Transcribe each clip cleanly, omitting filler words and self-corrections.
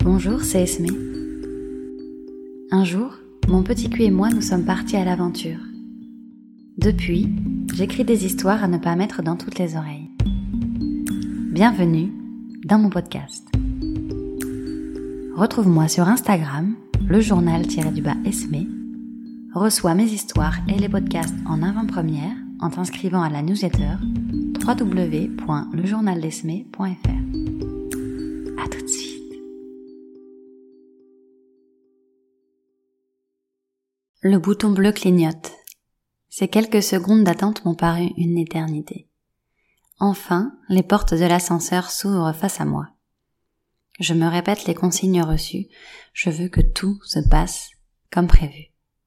Bonjour, c'est Esmé. Un jour, mon petit cul et moi nous sommes partis à l'aventure. Depuis, j'écris des histoires à ne pas mettre dans toutes les oreilles. Bienvenue dans mon podcast. Retrouve-moi sur Instagram, le journal-Esmé. Reçois mes histoires et les podcasts en avant-première en t'inscrivant à la newsletter www.lejournaldesmé.fr. À tout de suite. Le bouton bleu clignote. Ces quelques secondes d'attente m'ont paru une éternité. Enfin, les portes de l'ascenseur s'ouvrent face à moi. Je me répète les consignes reçues. Je veux que tout se passe comme prévu.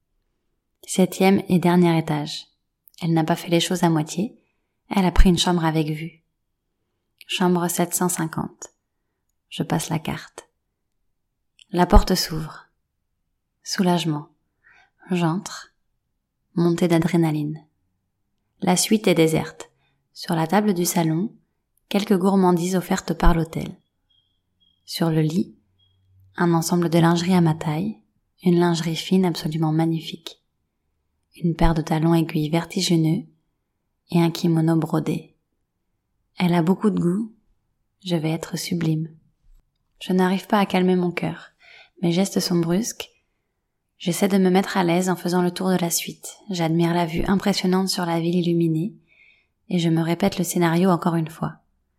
7e et dernier étage. Elle n'a pas fait les choses à moitié. Elle a pris une chambre avec vue. Chambre 750. Je passe la carte. La porte s'ouvre. Soulagement. J'entre. Montée d'adrénaline. La suite est déserte. Sur la table du salon, quelques gourmandises offertes par l'hôtel. Sur le lit, un ensemble de lingerie à ma taille, une lingerie fine absolument magnifique. Une paire de talons aiguilles vertigineux et un kimono brodé. Elle a beaucoup de goût. Je vais être sublime. Je n'arrive pas à calmer mon cœur. Mes gestes sont brusques. J'essaie de me mettre à l'aise en faisant le tour de la suite. J'admire la vue impressionnante sur la ville illuminée et je me répète le scénario encore une fois.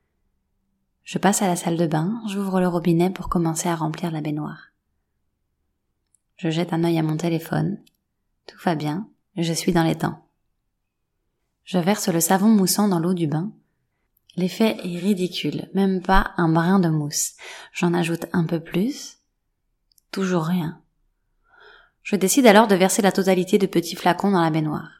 Je passe à la salle de bain, j'ouvre le robinet pour commencer à remplir la baignoire. Je jette un œil à mon téléphone. Tout va bien, je suis dans les temps. Je verse le savon moussant dans l'eau du bain. L'effet est ridicule, même pas un brin de mousse. J'en ajoute un peu plus. Toujours rien. Je décide alors de verser la totalité de petits flacons dans la baignoire.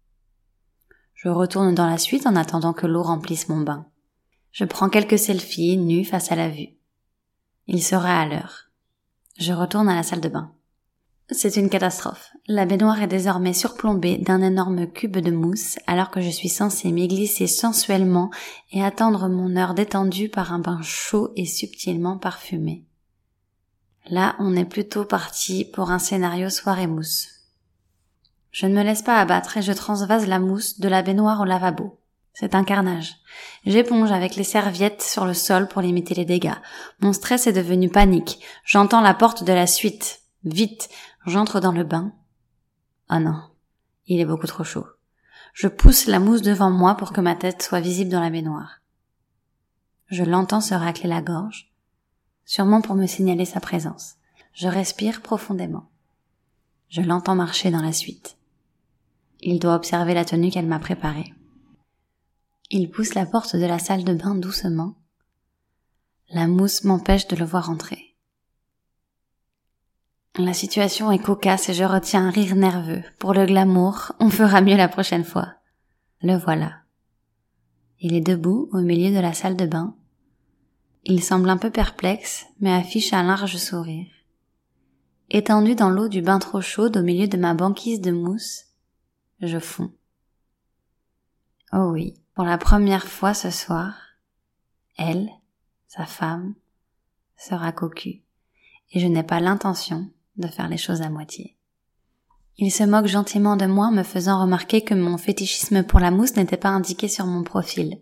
Je retourne dans la suite en attendant que l'eau remplisse mon bain. Je prends quelques selfies nus face à la vue. Il sera à l'heure. Je retourne à la salle de bain. C'est une catastrophe. La baignoire est désormais surplombée d'un énorme cube de mousse alors que je suis censée m'y glisser sensuellement et attendre mon heure détendue par un bain chaud et subtilement parfumé. Là, on est plutôt parti pour un scénario soirée mousse. Je ne me laisse pas abattre et je transvase la mousse de la baignoire au lavabo. C'est un carnage. J'éponge avec les serviettes sur le sol pour limiter les dégâts. Mon stress est devenu panique. J'entends la porte de la suite. Vite, j'entre dans le bain. Oh non, il est beaucoup trop chaud. Je pousse la mousse devant moi pour que ma tête soit visible dans la baignoire. Je l'entends se racler la gorge. Sûrement pour me signaler sa présence. Je respire profondément. Je l'entends marcher dans la suite. Il doit observer la tenue qu'elle m'a préparée. Il pousse la porte de la salle de bain doucement. La mousse m'empêche de le voir entrer. La situation est cocasse et je retiens un rire nerveux. Pour le glamour, on fera mieux la prochaine fois. Le voilà. Il est debout au milieu de la salle de bain. Il semble un peu perplexe, mais affiche un large sourire. Étendu dans l'eau du bain trop chaude au milieu de ma banquise de mousse, je fonds. Oh oui, pour la première fois ce soir, elle, sa femme, sera cocu, et je n'ai pas l'intention de faire les choses à moitié. Il se moque gentiment de moi, me faisant remarquer que mon fétichisme pour la mousse n'était pas indiqué sur mon profil.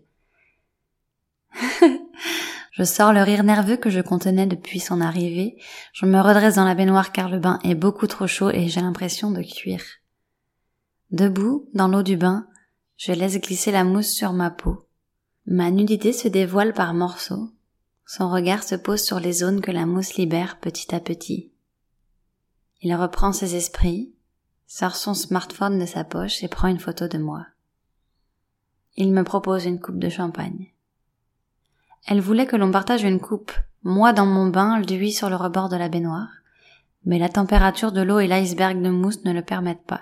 Je sors le rire nerveux que je contenais depuis son arrivée. Je me redresse dans la baignoire car le bain est beaucoup trop chaud et j'ai l'impression de cuire. Debout, dans l'eau du bain, je laisse glisser la mousse sur ma peau. Ma nudité se dévoile par morceaux. Son regard se pose sur les zones que la mousse libère petit à petit. Il reprend ses esprits, sort son smartphone de sa poche et prend une photo de moi. Il me propose une coupe de champagne. Elle voulait que l'on partage une coupe, moi dans mon bain, lui sur le rebord de la baignoire, mais la température de l'eau et l'iceberg de mousse ne le permettent pas.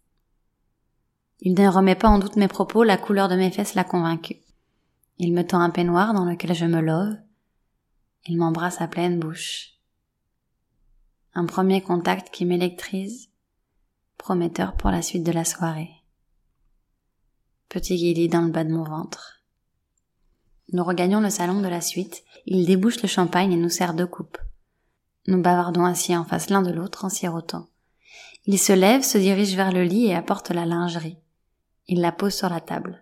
Il ne remet pas en doute mes propos, la couleur de mes fesses l'a convaincu. Il me tend un peignoir dans lequel je me love. Il m'embrasse à pleine bouche. Un premier contact qui m'électrise, prometteur pour la suite de la soirée. Petit guillis dans le bas de mon ventre. Nous regagnons le salon de la suite. Il débouche le champagne et nous sert 2 coupes. Nous bavardons assis en face l'un de l'autre en sirotant. Il se lève, se dirige vers le lit et apporte la lingerie. Il la pose sur la table.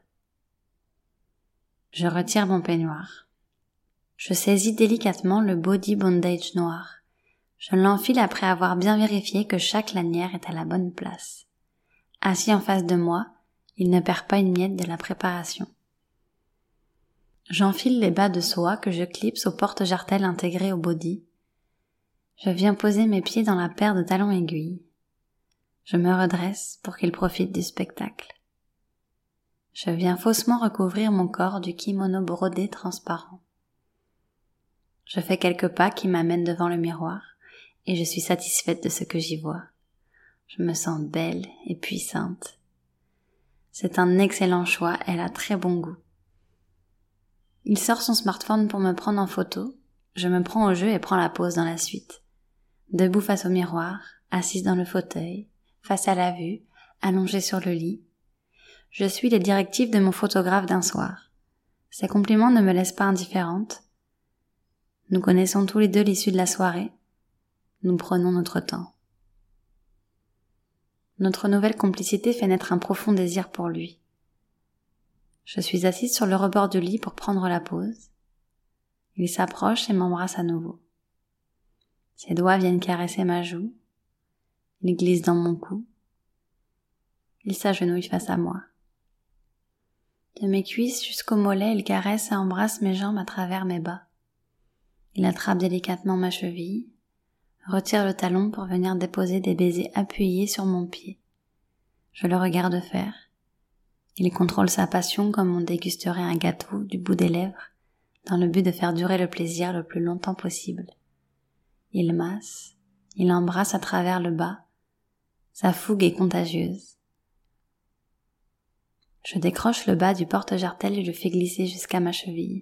Je retire mon peignoir. Je saisis délicatement le body bondage noir. Je l'enfile après avoir bien vérifié que chaque lanière est à la bonne place. Assis en face de moi, il ne perd pas une miette de la préparation. J'enfile les bas de soie que je clipse aux porte-jartelles intégrées au body. Je viens poser mes pieds dans la paire de talons aiguilles. Je me redresse pour qu'il profite du spectacle. Je viens faussement recouvrir mon corps du kimono brodé transparent. Je fais quelques pas qui m'amènent devant le miroir et je suis satisfaite de ce que j'y vois. Je me sens belle et puissante. C'est un excellent choix, elle a très bon goût. Il sort son smartphone pour me prendre en photo. Je me prends au jeu et prends la pose dans la suite. Debout face au miroir, assise dans le fauteuil, face à la vue, allongée sur le lit. Je suis les directives de mon photographe d'un soir. Ses compliments ne me laissent pas indifférente. Nous connaissons tous les deux l'issue de la soirée. Nous prenons notre temps. Notre nouvelle complicité fait naître un profond désir pour lui. Je suis assise sur le rebord du lit pour prendre la pause. Il s'approche et m'embrasse à nouveau. Ses doigts viennent caresser ma joue. Il glisse dans mon cou. Il s'agenouille face à moi. De mes cuisses jusqu'aux mollets, il caresse et embrasse mes jambes à travers mes bas. Il attrape délicatement ma cheville, retire le talon pour venir déposer des baisers appuyés sur mon pied. Je le regarde faire. Il contrôle sa passion comme on dégusterait un gâteau du bout des lèvres, dans le but de faire durer le plaisir le plus longtemps possible. Il masse, il embrasse à travers le bas. Sa fougue est contagieuse. Je décroche le bas du porte-jartelle et le fais glisser jusqu'à ma cheville.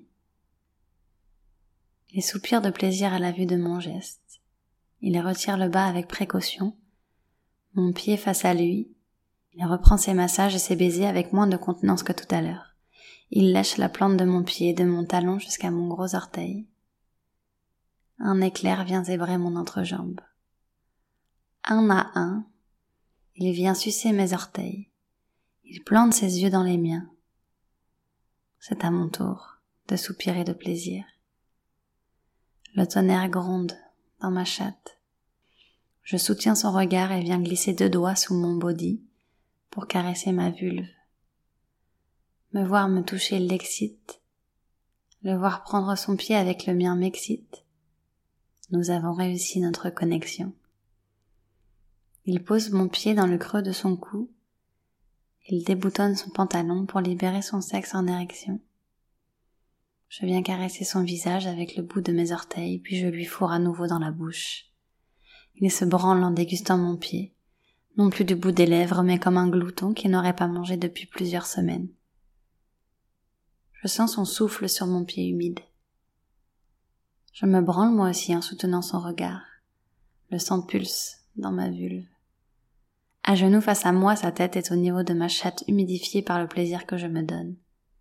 Il soupire de plaisir à la vue de mon geste. Il retire le bas avec précaution, mon pied face à lui. Il reprend ses massages et ses baisers avec moins de contenance que tout à l'heure. Il lèche la plante de mon pied, de mon talon jusqu'à mon gros orteil. Un éclair vient zébrer mon entrejambe. Un à un, il vient sucer mes orteils. Il plante ses yeux dans les miens. C'est à mon tour de soupirer de plaisir. Le tonnerre gronde dans ma chatte. Je soutiens son regard et viens glisser 2 doigts sous mon body pour caresser ma vulve. Me voir me toucher l'excite. Le voir prendre son pied avec le mien m'excite. Nous avons réussi notre connexion. Il pose mon pied dans le creux de son cou. Il déboutonne son pantalon pour libérer son sexe en érection. Je viens caresser son visage avec le bout de mes orteils, puis je lui fourre à nouveau dans la bouche. Il se branle en dégustant mon pied, non plus du bout des lèvres, mais comme un glouton qui n'aurait pas mangé depuis plusieurs semaines. Je sens son souffle sur mon pied humide. Je me branle moi aussi en soutenant son regard. Le sang pulse dans ma vulve. À genoux face à moi, sa tête est au niveau de ma chatte humidifiée par le plaisir que je me donne.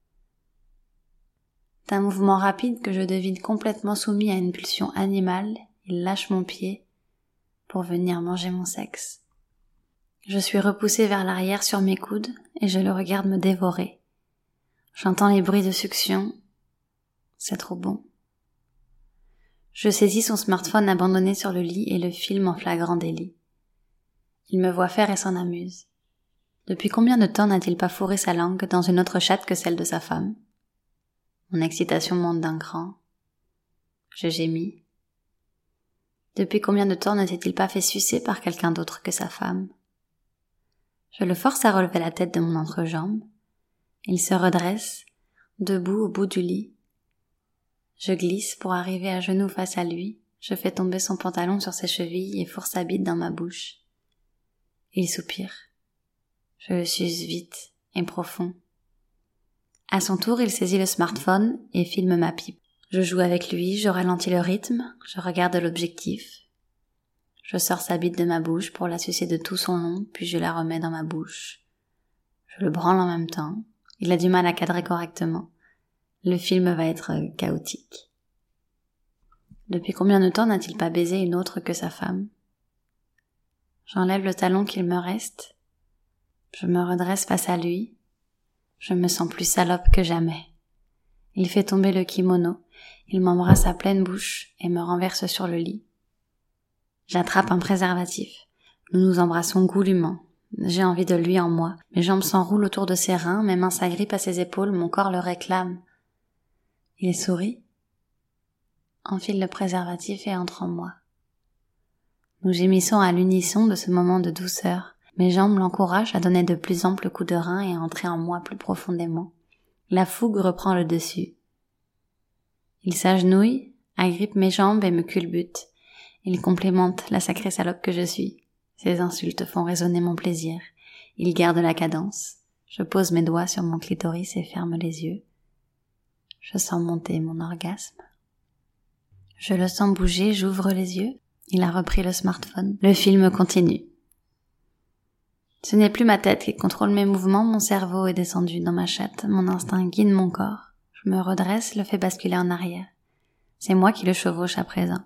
D'un mouvement rapide que je devine complètement soumis à une pulsion animale, il lâche mon pied pour venir manger mon sexe. Je suis repoussée vers l'arrière sur mes coudes et je le regarde me dévorer. J'entends les bruits de succion. C'est trop bon. Je saisis son smartphone abandonné sur le lit et le filme en flagrant délit. Il me voit faire et s'en amuse. Depuis combien de temps n'a-t-il pas fourré sa langue dans une autre chatte que celle de sa femme ? Mon excitation monte d'un cran. Je gémis. Depuis combien de temps ne s'est-il pas fait sucer par quelqu'un d'autre que sa femme ? Je le force à relever la tête de mon entrejambe. Il se redresse, debout au bout du lit. Je glisse pour arriver à genoux face à lui. Je fais tomber son pantalon sur ses chevilles et fourre sa bite dans ma bouche. Il soupire. Je le suce vite et profond. À son tour, il saisit le smartphone et filme ma pipe. Je joue avec lui, je ralentis le rythme, je regarde l'objectif. Je sors sa bite de ma bouche pour la sucer de tout son long, puis je la remets dans ma bouche. Je le branle en même temps. Il a du mal à cadrer correctement. Le film va être chaotique. Depuis combien de temps n'a-t-il pas baisé une autre que sa femme? J'enlève le talon qu'il me reste. Je me redresse face à lui. Je me sens plus salope que jamais. Il fait tomber le kimono. Il m'embrasse à pleine bouche et me renverse sur le lit. J'attrape un préservatif. Nous nous embrassons goulûment. J'ai envie de lui en moi. Mes jambes s'enroulent autour de ses reins, mes mains s'agrippent à ses épaules, mon corps le réclame. Il sourit, enfile le préservatif et entre en moi. Nous gémissons à l'unisson de ce moment de douceur. Mes jambes l'encouragent à donner de plus amples coups de rein et à entrer en moi plus profondément. La fougue reprend le dessus. Il s'agenouille, agrippe mes jambes et me culbute. Il complimente la sacrée salope que je suis. Ses insultes font résonner mon plaisir. Il garde la cadence. Je pose mes doigts sur mon clitoris et ferme les yeux. Je sens monter mon orgasme. Je le sens bouger, j'ouvre les yeux. Il a repris le smartphone. Le film continue. Ce n'est plus ma tête qui contrôle mes mouvements, mon cerveau est descendu dans ma chatte, mon instinct guide mon corps. Je me redresse, le fais basculer en arrière. C'est moi qui le chevauche à présent.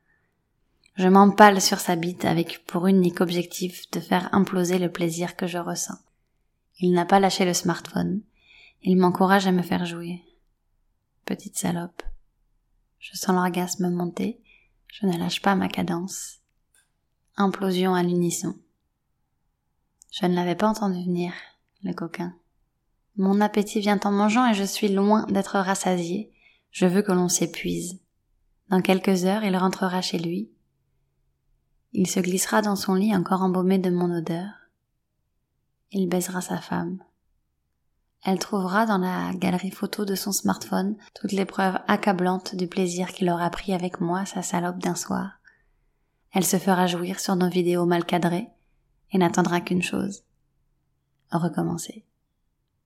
Je m'empale sur sa bite avec pour unique objectif de faire imploser le plaisir que je ressens. Il n'a pas lâché le smartphone. Il m'encourage à me faire jouer. Petite salope. Je sens l'orgasme monter. Je ne lâche pas ma cadence. Implosion à l'unisson. Je ne l'avais pas entendu venir, le coquin. Mon appétit vient en mangeant et je suis loin d'être rassasiée. Je veux que l'on s'épuise. Dans quelques heures, il rentrera chez lui. Il se glissera dans son lit encore embaumé de mon odeur. Il baisera sa femme. Elle trouvera dans la galerie photo de son smartphone toutes les preuves accablantes du plaisir qu'il aura pris avec moi, sa salope d'un soir. Elle se fera jouir sur nos vidéos mal cadrées et n'attendra qu'une chose: recommencer.